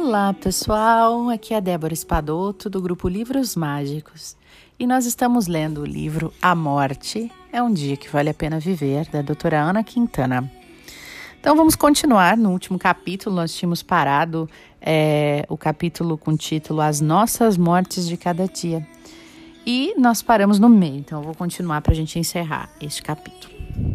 Olá pessoal, aqui é a Débora Espadoto do grupo Livros Mágicos e nós estamos lendo o livro A Morte é um Dia que Vale a Pena Viver, da doutora Ana Quintana. Então vamos continuar. No último capítulo nós tínhamos parado o capítulo com o título As Nossas Mortes de Cada Dia e nós paramos no meio, então eu vou continuar para a gente encerrar este capítulo.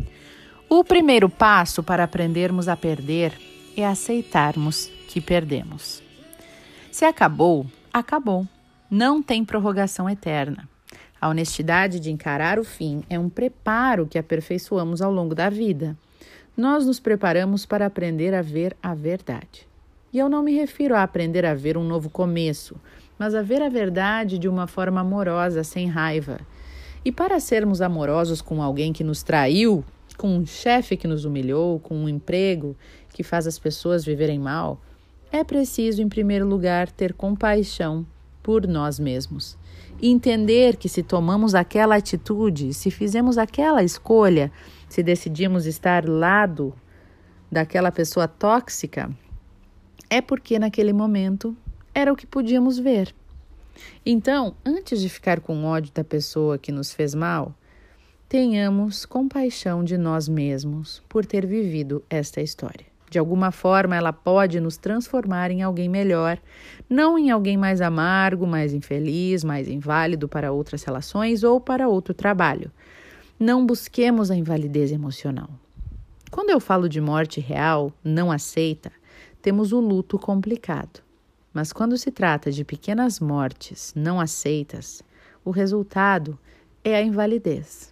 O primeiro passo para aprendermos a perder é aceitarmos que perdemos. Se acabou, acabou. Não tem prorrogação eterna. A honestidade de encarar o fim é um preparo que aperfeiçoamos ao longo da vida. Nós nos preparamos para aprender a ver a verdade. E eu não me refiro a aprender a ver um novo começo, mas a ver a verdade de uma forma amorosa, sem raiva. E para sermos amorosos com alguém que nos traiu, com um chefe que nos humilhou, com um emprego que faz as pessoas viverem mal, é preciso, em primeiro lugar, ter compaixão por nós mesmos. E entender que se tomamos aquela atitude, se fizemos aquela escolha, se decidimos estar ao lado daquela pessoa tóxica, é porque naquele momento era o que podíamos ver. Então, antes de ficar com ódio da pessoa que nos fez mal, tenhamos compaixão de nós mesmos por ter vivido esta história. De alguma forma, ela pode nos transformar em alguém melhor, não em alguém mais amargo, mais infeliz, mais inválido para outras relações ou para outro trabalho. Não busquemos a invalidez emocional. Quando eu falo de morte real, não aceita, temos o luto complicado. Mas quando se trata de pequenas mortes não aceitas, o resultado é a invalidez.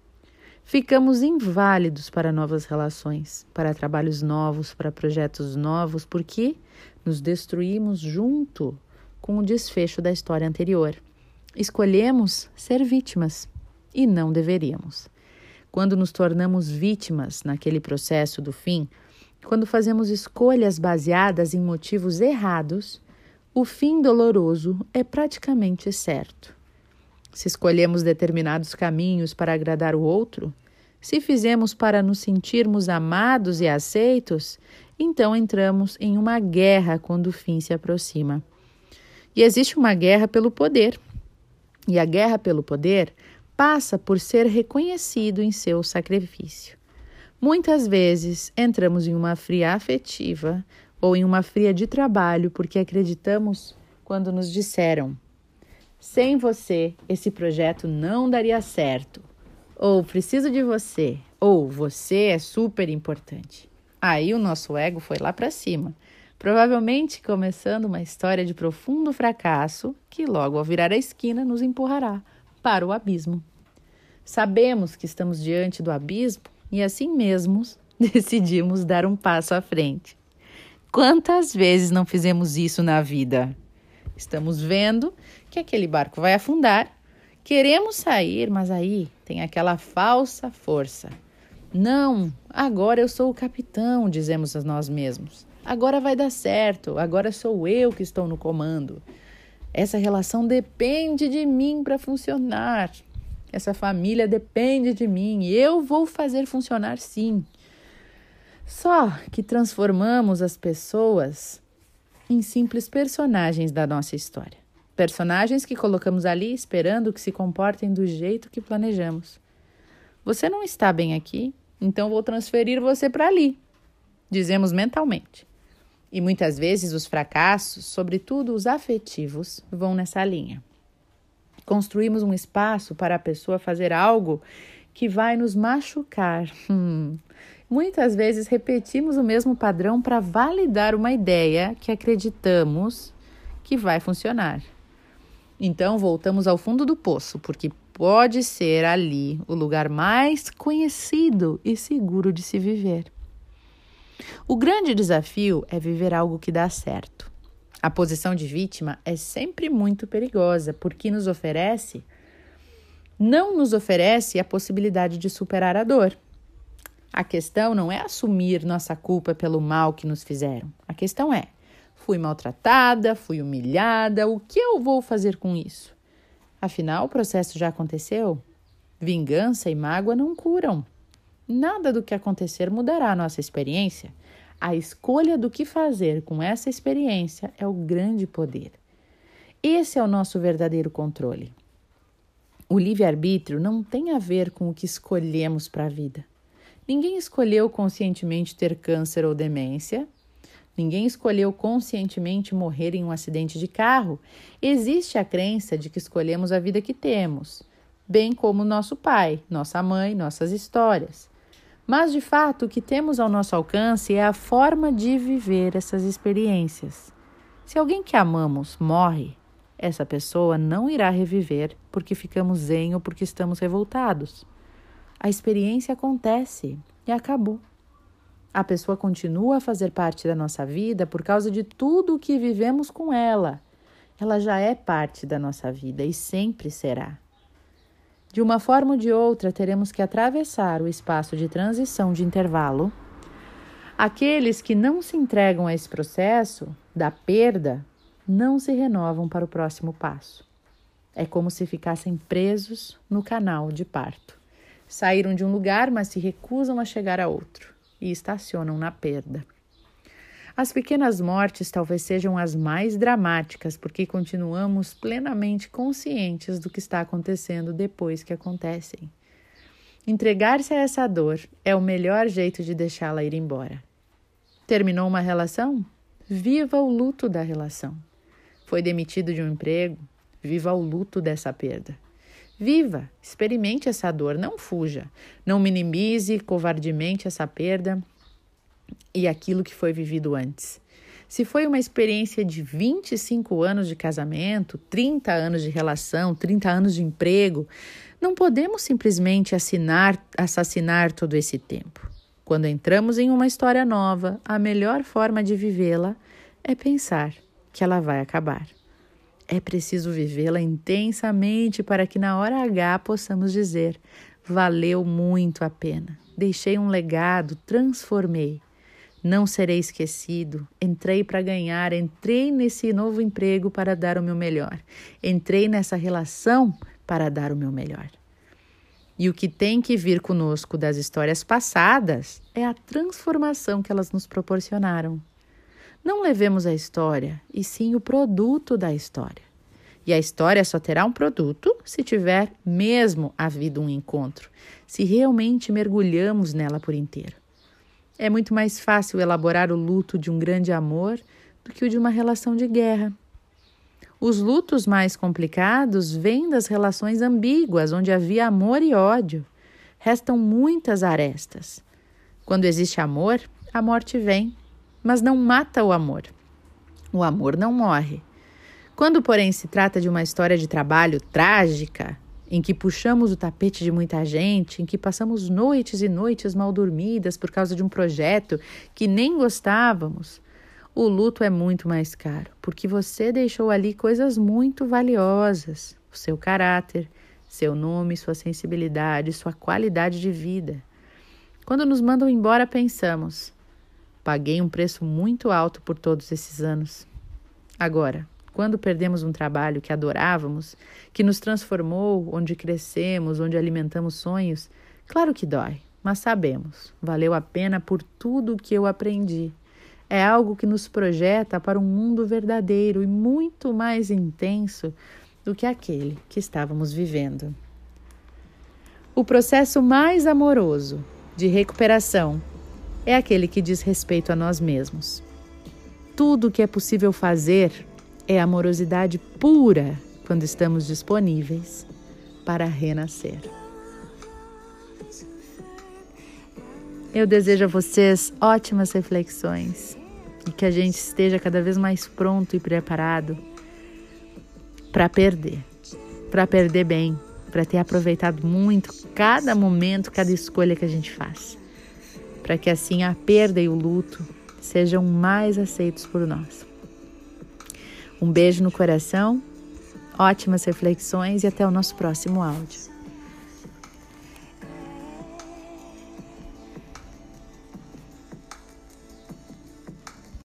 Ficamos inválidos para novas relações, para trabalhos novos, para projetos novos, porque nos destruímos junto com o desfecho da história anterior. Escolhemos ser vítimas e não deveríamos. Quando nos tornamos vítimas naquele processo do fim, quando fazemos escolhas baseadas em motivos errados, o fim doloroso é praticamente certo. Se escolhemos determinados caminhos para agradar o outro, se fizemos para nos sentirmos amados e aceitos, então entramos em uma guerra quando o fim se aproxima. E existe uma guerra pelo poder. E a guerra pelo poder passa por ser reconhecido em seu sacrifício. Muitas vezes entramos em uma fria afetiva ou em uma fria de trabalho porque acreditamos quando nos disseram: sem você, esse projeto não daria certo. Ou preciso de você. Ou você é super importante. Aí o nosso ego foi lá para cima. Provavelmente começando uma história de profundo fracasso que logo ao virar a esquina nos empurrará para o abismo. Sabemos que estamos diante do abismo e assim mesmo decidimos dar um passo à frente. Quantas vezes não fizemos isso na vida? Estamos vendo que aquele barco vai afundar, queremos sair, mas aí tem aquela falsa força. Não, agora eu sou o capitão, dizemos a nós mesmos. Agora vai dar certo, agora sou eu que estou no comando. Essa relação depende de mim para funcionar. Essa família depende de mim e eu vou fazer funcionar sim. Só que transformamos as pessoas em simples personagens da nossa história. Personagens que colocamos ali esperando que se comportem do jeito que planejamos. Você não está bem aqui, então vou transferir você para ali, dizemos mentalmente. E muitas vezes os fracassos, sobretudo os afetivos, vão nessa linha. Construímos um espaço para a pessoa fazer algo que vai nos machucar. Muitas vezes repetimos o mesmo padrão para validar uma ideia que acreditamos que vai funcionar. Então voltamos ao fundo do poço, porque pode ser ali o lugar mais conhecido e seguro de se viver. O grande desafio é viver algo que dá certo. A posição de vítima é sempre muito perigosa, porque não nos oferece a possibilidade de superar a dor. A questão não é assumir nossa culpa pelo mal que nos fizeram. A questão é: fui maltratada, fui humilhada, o que eu vou fazer com isso? Afinal, o processo já aconteceu. Vingança e mágoa não curam. Nada do que acontecer mudará a nossa experiência. A escolha do que fazer com essa experiência é o grande poder. Esse é o nosso verdadeiro controle. O livre-arbítrio não tem a ver com o que escolhemos para a vida. Ninguém escolheu conscientemente ter câncer ou demência. Ninguém escolheu conscientemente morrer em um acidente de carro. Existe a crença de que escolhemos a vida que temos, bem como nosso pai, nossa mãe, nossas histórias. Mas, de fato, o que temos ao nosso alcance é a forma de viver essas experiências. Se alguém que amamos morre, essa pessoa não irá reviver porque ficamos zen ou porque estamos revoltados. A experiência acontece e acabou. A pessoa continua a fazer parte da nossa vida por causa de tudo o que vivemos com ela. Ela já é parte da nossa vida e sempre será. De uma forma ou de outra, teremos que atravessar o espaço de transição de intervalo. Aqueles que não se entregam a esse processo da perda não se renovam para o próximo passo. É como se ficassem presos no canal de parto. Saíram de um lugar, mas se recusam a chegar a outro e estacionam na perda. As pequenas mortes talvez sejam as mais dramáticas, porque continuamos plenamente conscientes do que está acontecendo depois que acontecem. Entregar-se a essa dor é o melhor jeito de deixá-la ir embora. Terminou uma relação? Viva o luto da relação. Foi demitido de um emprego? Viva o luto dessa perda. Viva, experimente essa dor, não fuja. Não minimize covardemente essa perda e aquilo que foi vivido antes. Se foi uma experiência de 25 anos de casamento, 30 anos de relação, 30 anos de emprego, não podemos simplesmente assassinar todo esse tempo. Quando entramos em uma história nova, a melhor forma de vivê-la é pensar que ela vai acabar. É preciso vivê-la intensamente para que na hora H possamos dizer: valeu muito a pena, deixei um legado, transformei. Não serei esquecido, entrei para ganhar, entrei nesse novo emprego para dar o meu melhor. Entrei nessa relação para dar o meu melhor. E o que tem que vir conosco das histórias passadas é a transformação que elas nos proporcionaram. Não levemos a história, e sim o produto da história. E a história só terá um produto se tiver mesmo havido um encontro, se realmente mergulhamos nela por inteiro. É muito mais fácil elaborar o luto de um grande amor do que o de uma relação de guerra. Os lutos mais complicados vêm das relações ambíguas, onde havia amor e ódio. Restam muitas arestas. Quando existe amor, a morte vem, mas não mata o amor. O amor não morre. Quando, porém, se trata de uma história de trabalho trágica, em que puxamos o tapete de muita gente, em que passamos noites e noites mal dormidas por causa de um projeto que nem gostávamos, o luto é muito mais caro, porque você deixou ali coisas muito valiosas, o seu caráter, seu nome, sua sensibilidade, sua qualidade de vida. Quando nos mandam embora, pensamos: paguei um preço muito alto por todos esses anos. Agora, quando perdemos um trabalho que adorávamos, que nos transformou, onde crescemos, onde alimentamos sonhos, claro que dói, mas sabemos, valeu a pena por tudo o que eu aprendi. É algo que nos projeta para um mundo verdadeiro e muito mais intenso do que aquele que estávamos vivendo. O processo mais amoroso de recuperação é aquele que diz respeito a nós mesmos. Tudo o que é possível fazer é amorosidade pura quando estamos disponíveis para renascer. Eu desejo a vocês ótimas reflexões e que a gente esteja cada vez mais pronto e preparado para perder bem, para ter aproveitado muito cada momento, cada escolha que a gente faz, para que assim a perda e o luto sejam mais aceitos por nós. Um beijo no coração, ótimas reflexões e até o nosso próximo áudio.